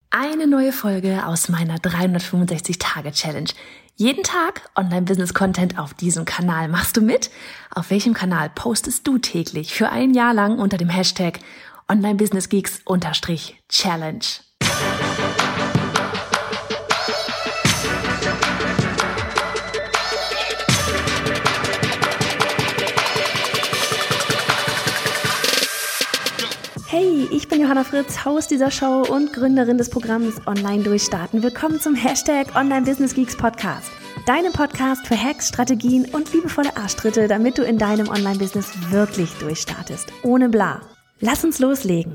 Eine neue Folge aus meiner 365-Tage-Challenge. Jeden Tag Online-Business-Content auf diesem Kanal. Machst du mit? Auf welchem Kanal postest du täglich für ein Jahr lang unter dem Hashtag Online-Business-Geeks_Challenge? Hey, ich bin Johanna Fritz, Host dieser Show und Gründerin des Programms Online Durchstarten. Willkommen zum Hashtag Online-Business-Geeks-Podcast. Deinem Podcast für Hacks, Strategien und liebevolle Arschtritte, damit du in deinem Online-Business wirklich durchstartest. Ohne bla. Lass uns loslegen.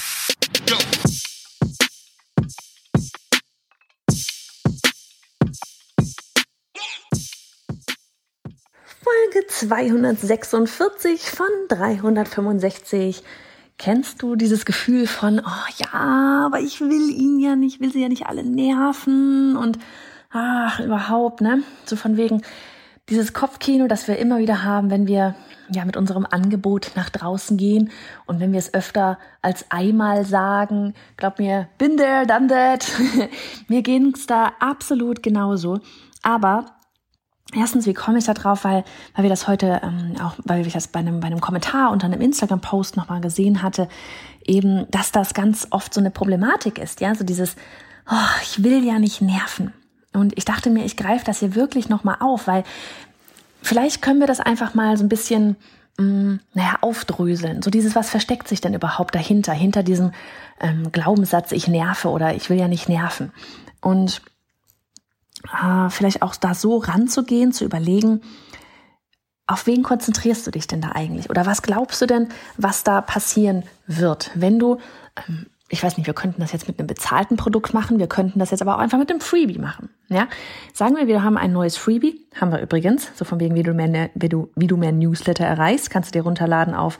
Folge 246 von 365. Kennst du dieses Gefühl von, oh ja, aber ich will sie ja nicht alle nerven und überhaupt, ne? So von wegen dieses Kopfkino, das wir immer wieder haben, wenn wir ja mit unserem Angebot nach draußen gehen und wenn wir es öfter als einmal sagen, glaub mir, been there, done that. Mir ging's da absolut genauso. Aber erstens, wie komme ich da drauf? Weil wir das heute weil ich das bei einem Kommentar unter einem Instagram-Post nochmal gesehen hatte, eben, dass das ganz oft so eine Problematik ist, ja, so dieses, ich will ja nicht nerven. Und ich dachte mir, ich greife das hier wirklich nochmal auf, weil vielleicht können wir das einfach mal so ein bisschen, aufdröseln. So dieses, was versteckt sich denn überhaupt dahinter, hinter diesem Glaubenssatz, ich nerve oder ich will ja nicht nerven. Und vielleicht auch da so ranzugehen, zu überlegen, auf wen konzentrierst du dich denn da eigentlich? Oder was glaubst du denn, was da passieren wird, wenn du, ich weiß nicht, wir könnten das jetzt mit einem bezahlten Produkt machen, wir könnten das jetzt aber auch einfach mit einem Freebie machen. Ja? Sagen wir haben ein neues Freebie, haben wir übrigens, so von wegen, wie du mehr Newsletter erreichst, kannst du dir runterladen auf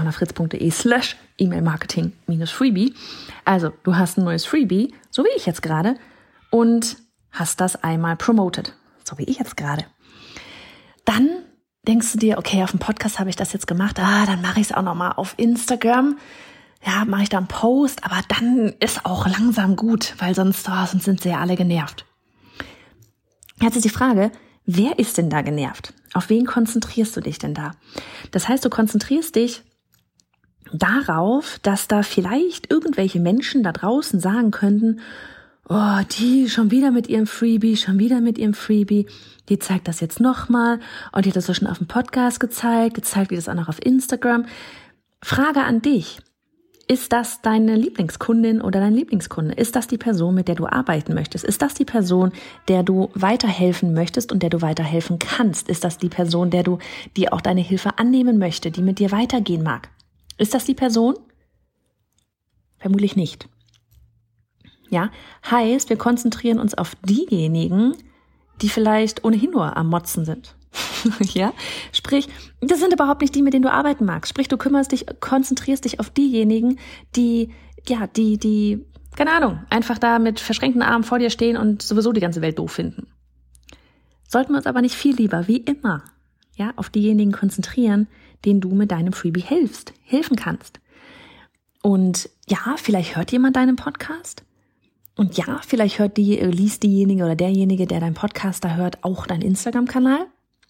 johannafritz.de/emailmarketing-freebie. Also, du hast ein neues Freebie, so wie ich jetzt gerade, und hast das einmal promoted, so wie ich jetzt gerade. Dann denkst du dir, okay, auf dem Podcast habe ich das jetzt gemacht, dann mache ich es auch nochmal auf Instagram. Ja, mache ich da einen Post, aber dann ist auch langsam gut, weil sonst sind sie ja alle genervt. Jetzt ist die Frage, wer ist denn da genervt? Auf wen konzentrierst du dich denn da? Das heißt, du konzentrierst dich darauf, dass da vielleicht irgendwelche Menschen da draußen sagen könnten, die schon wieder mit ihrem Freebie, die zeigt das jetzt nochmal und die hat das so schon auf dem Podcast gezeigt die das auch noch auf Instagram. Frage an dich, ist das deine Lieblingskundin oder dein Lieblingskunde? Ist das die Person, mit der du arbeiten möchtest? Ist das die Person, der du weiterhelfen möchtest und der du weiterhelfen kannst? Ist das die Person, die auch deine Hilfe annehmen möchte, die mit dir weitergehen mag? Ist das die Person? Vermutlich nicht. Ja, heißt, wir konzentrieren uns auf diejenigen, die vielleicht ohnehin nur am Motzen sind. Ja, sprich, das sind überhaupt nicht die, mit denen du arbeiten magst. Sprich, du konzentrierst dich auf diejenigen, die, keine Ahnung, einfach da mit verschränkten Armen vor dir stehen und sowieso die ganze Welt doof finden. Sollten wir uns aber nicht viel lieber, wie immer, ja, auf diejenigen konzentrieren, denen du mit deinem Freebie helfen kannst. Und ja, vielleicht hört jemand deinen Podcast. Und ja, vielleicht liest diejenige oder derjenige, der deinen Podcast da hört, auch deinen Instagram-Kanal.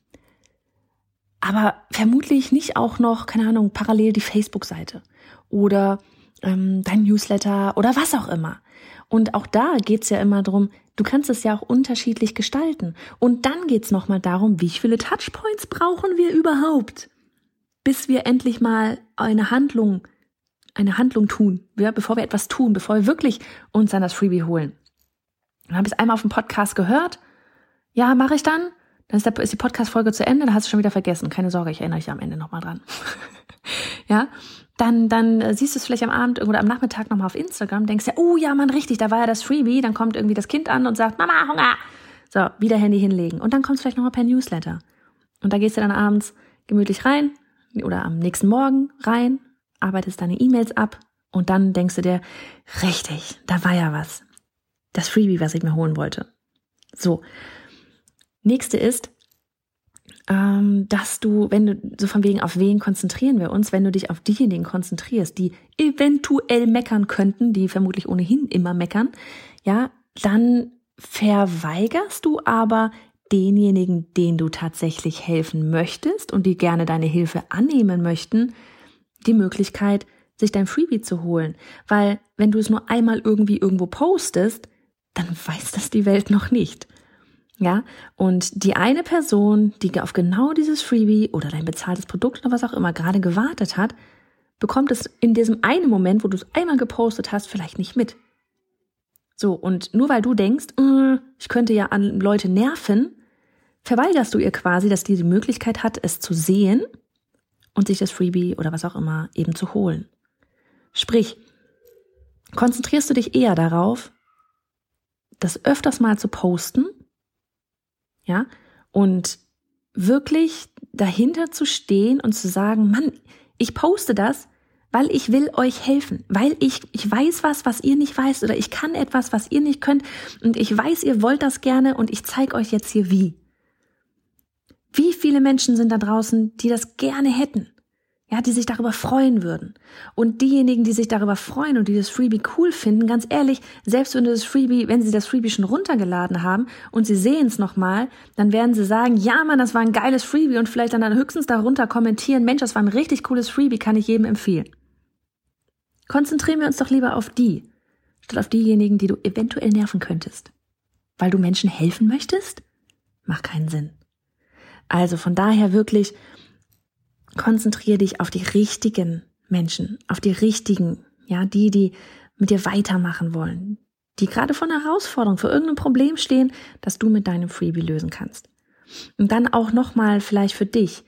Aber vermutlich nicht auch noch, keine Ahnung, parallel die Facebook-Seite oder dein Newsletter oder was auch immer. Und auch da geht's ja immer darum, du kannst es ja auch unterschiedlich gestalten. Und dann geht's nochmal darum, wie viele Touchpoints brauchen wir überhaupt, bis wir endlich mal eine Handlung tun, ja, bevor wir etwas tun, bevor wir wirklich uns dann das Freebie holen. Dann habe ich es einmal auf dem Podcast gehört. Ja, mache ich dann. Dann ist die Podcast-Folge zu Ende, dann hast du schon wieder vergessen. Keine Sorge, ich erinnere dich am Ende nochmal dran. Ja, dann siehst du es vielleicht am Abend oder am Nachmittag nochmal auf Instagram, denkst ja, oh ja, Mann, richtig, da war ja das Freebie. Dann kommt irgendwie das Kind an und sagt, Mama, Hunger. So, wieder Handy hinlegen. Und dann kommt es vielleicht nochmal per Newsletter. Und da gehst du dann abends gemütlich rein oder am nächsten Morgen rein, arbeitest deine E-Mails ab und dann denkst du dir, richtig, da war ja was. Das Freebie, was ich mir holen wollte. So. Nächste ist, dass du, wenn du so von wegen, auf wen konzentrieren wir uns, wenn du dich auf diejenigen konzentrierst, die eventuell meckern könnten, die vermutlich ohnehin immer meckern, ja, dann verweigerst du aber denjenigen, denen du tatsächlich helfen möchtest und die gerne deine Hilfe annehmen möchten, die Möglichkeit, sich dein Freebie zu holen. Weil wenn du es nur einmal irgendwie irgendwo postest, dann weiß das die Welt noch nicht. Ja, und die eine Person, die auf genau dieses Freebie oder dein bezahltes Produkt oder was auch immer gerade gewartet hat, bekommt es in diesem einen Moment, wo du es einmal gepostet hast, vielleicht nicht mit. So, und nur weil du denkst, ich könnte ja an Leute nerven, verweigerst du ihr quasi, dass die Möglichkeit hat, es zu sehen und sich das Freebie oder was auch immer eben zu holen. Sprich, konzentrierst du dich eher darauf, das öfters mal zu posten, ja, und wirklich dahinter zu stehen und zu sagen, Mann, ich poste das, weil ich will euch helfen, weil ich weiß was ihr nicht weißt oder ich kann etwas, was ihr nicht könnt und ich weiß, ihr wollt das gerne und ich zeige euch jetzt hier wie. Wie viele Menschen sind da draußen, die das gerne hätten? Ja, die sich darüber freuen würden. Und diejenigen, die sich darüber freuen und die das Freebie cool finden, ganz ehrlich, selbst wenn sie das Freebie schon runtergeladen haben und sie sehen es nochmal, dann werden sie sagen, ja Mann, das war ein geiles Freebie und vielleicht dann höchstens darunter kommentieren, Mensch, das war ein richtig cooles Freebie, kann ich jedem empfehlen. Konzentrieren wir uns doch lieber auf die, statt auf diejenigen, die du eventuell nerven könntest. Weil du Menschen helfen möchtest? Macht keinen Sinn. Also von daher wirklich, konzentriere dich auf die richtigen Menschen, auf die richtigen, ja, die mit dir weitermachen wollen, die gerade vor einer Herausforderung, vor irgendeinem Problem stehen, das du mit deinem Freebie lösen kannst. Und dann auch nochmal vielleicht für dich.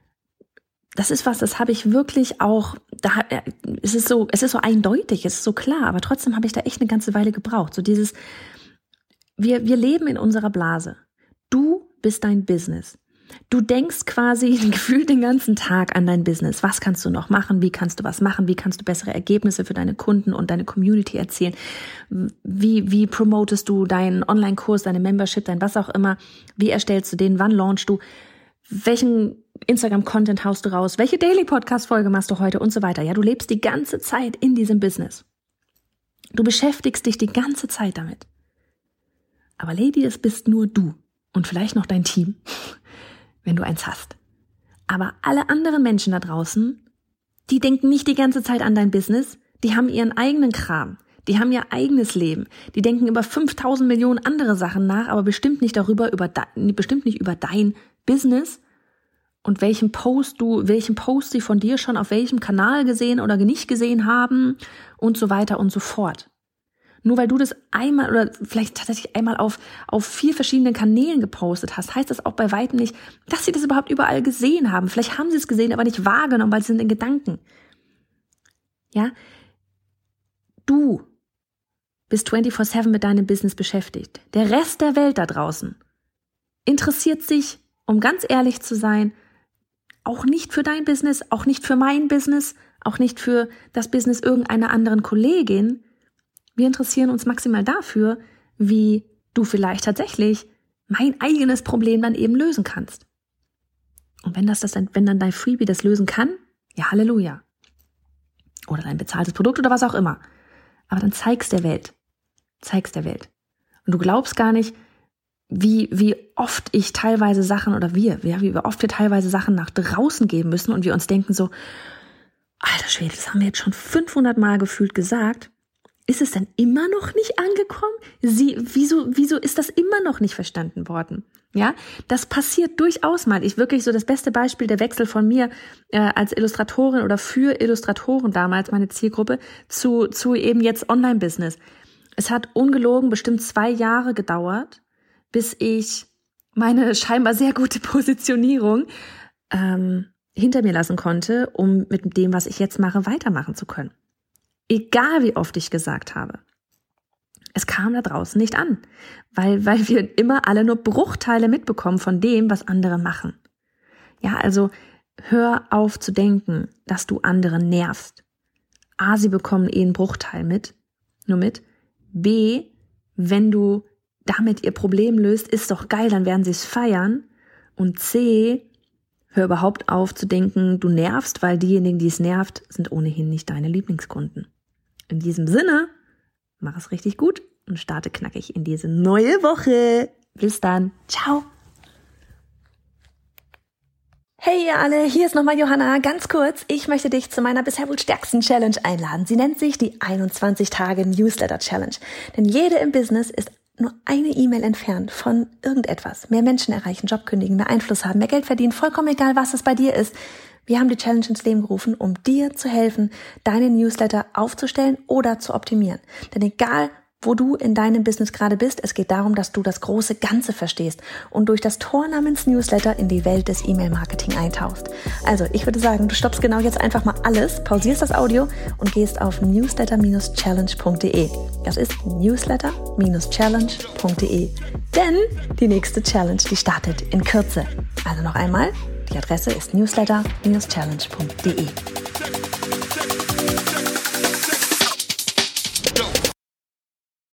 Das ist was, das habe ich wirklich auch, es ist so eindeutig, es ist so klar, aber trotzdem habe ich da echt eine ganze Weile gebraucht. So dieses, wir leben in unserer Blase. Du bist dein Business. Du denkst quasi gefühlt den ganzen Tag an dein Business. Was kannst du noch machen? Wie kannst du was machen? Wie kannst du bessere Ergebnisse für deine Kunden und deine Community erzielen? Wie promotest du deinen Online-Kurs, deine Membership, dein was auch immer? Wie erstellst du den? Wann launchst du? Welchen Instagram-Content haust du raus? Welche Daily-Podcast-Folge machst du heute? Und so weiter. Ja, du lebst die ganze Zeit in diesem Business. Du beschäftigst dich die ganze Zeit damit. Aber Lady, es bist nur du und vielleicht noch dein Team, wenn du eins hast. Aber alle anderen Menschen da draußen, die denken nicht die ganze Zeit an dein Business, die haben ihren eigenen Kram, die haben ihr eigenes Leben, die denken über 5000 Millionen andere Sachen nach, aber bestimmt nicht über dein Business und welchen Post sie von dir schon auf welchem Kanal gesehen oder nicht gesehen haben und so weiter und so fort. Nur weil du das einmal oder vielleicht tatsächlich einmal auf 4 verschiedenen Kanälen gepostet hast, heißt das auch bei weitem nicht, dass sie das überhaupt überall gesehen haben. Vielleicht haben sie es gesehen, aber nicht wahrgenommen, weil sie sind in Gedanken. Ja? Du bist 24/7 mit deinem Business beschäftigt. Der Rest der Welt da draußen interessiert sich, um ganz ehrlich zu sein, auch nicht für dein Business, auch nicht für mein Business, auch nicht für das Business irgendeiner anderen Kollegin. Wir interessieren uns maximal dafür, wie du vielleicht tatsächlich mein eigenes Problem dann eben lösen kannst. Und wenn dann dein Freebie das lösen kann, ja Halleluja. Oder dein bezahltes Produkt oder was auch immer. Aber dann zeig's der Welt. Und du glaubst gar nicht, wie oft ich teilweise Sachen oder wie oft wir teilweise Sachen nach draußen geben müssen und wir uns denken so, alter Schwede, das haben wir jetzt schon 500 Mal gefühlt gesagt. Ist es denn immer noch nicht angekommen? Wieso ist das immer noch nicht verstanden worden? Ja, das passiert durchaus mal. Das beste Beispiel, der Wechsel von mir als Illustratorin oder für Illustratoren damals, meine Zielgruppe, zu eben jetzt Online-Business. Es hat ungelogen bestimmt 2 Jahre gedauert, bis ich meine scheinbar sehr gute Positionierung hinter mir lassen konnte, um mit dem, was ich jetzt mache, weitermachen zu können. Egal wie oft ich gesagt habe. Es kam da draußen nicht an, weil wir immer alle nur Bruchteile mitbekommen von dem, was andere machen. Ja, also hör auf zu denken, dass du andere nervst. A, sie bekommen einen Bruchteil mit. B, wenn du damit ihr Problem löst, ist doch geil, dann werden sie es feiern. Und C, Hör überhaupt auf zu denken, du nervst, weil diejenigen, die es nervt, sind ohnehin nicht deine Lieblingskunden. In diesem Sinne, mach es richtig gut und starte knackig in diese neue Woche. Bis dann. Ciao. Hey ihr alle, hier ist nochmal Johanna. Ganz kurz, ich möchte dich zu meiner bisher wohl stärksten Challenge einladen. Sie nennt sich die 21-Tage-Newsletter-Challenge. Denn jede im Business ist nur eine E-Mail entfernt von irgendetwas. Mehr Menschen erreichen, Job kündigen, mehr Einfluss haben, mehr Geld verdienen, vollkommen egal, was es bei dir ist. Wir haben die Challenge ins Leben gerufen, um dir zu helfen, deine Newsletter aufzustellen oder zu optimieren. Denn egal, wo du in deinem Business gerade bist, es geht darum, dass du das große Ganze verstehst und durch das Tor namens Newsletter in die Welt des E-Mail-Marketing eintauchst. Also, ich würde sagen, du stoppst genau jetzt einfach mal alles, pausierst das Audio und gehst auf newsletter-challenge.de. Das ist newsletter-challenge.de. Denn die nächste Challenge, die startet in Kürze. Also noch einmal, die Adresse ist newsletter-challenge.de.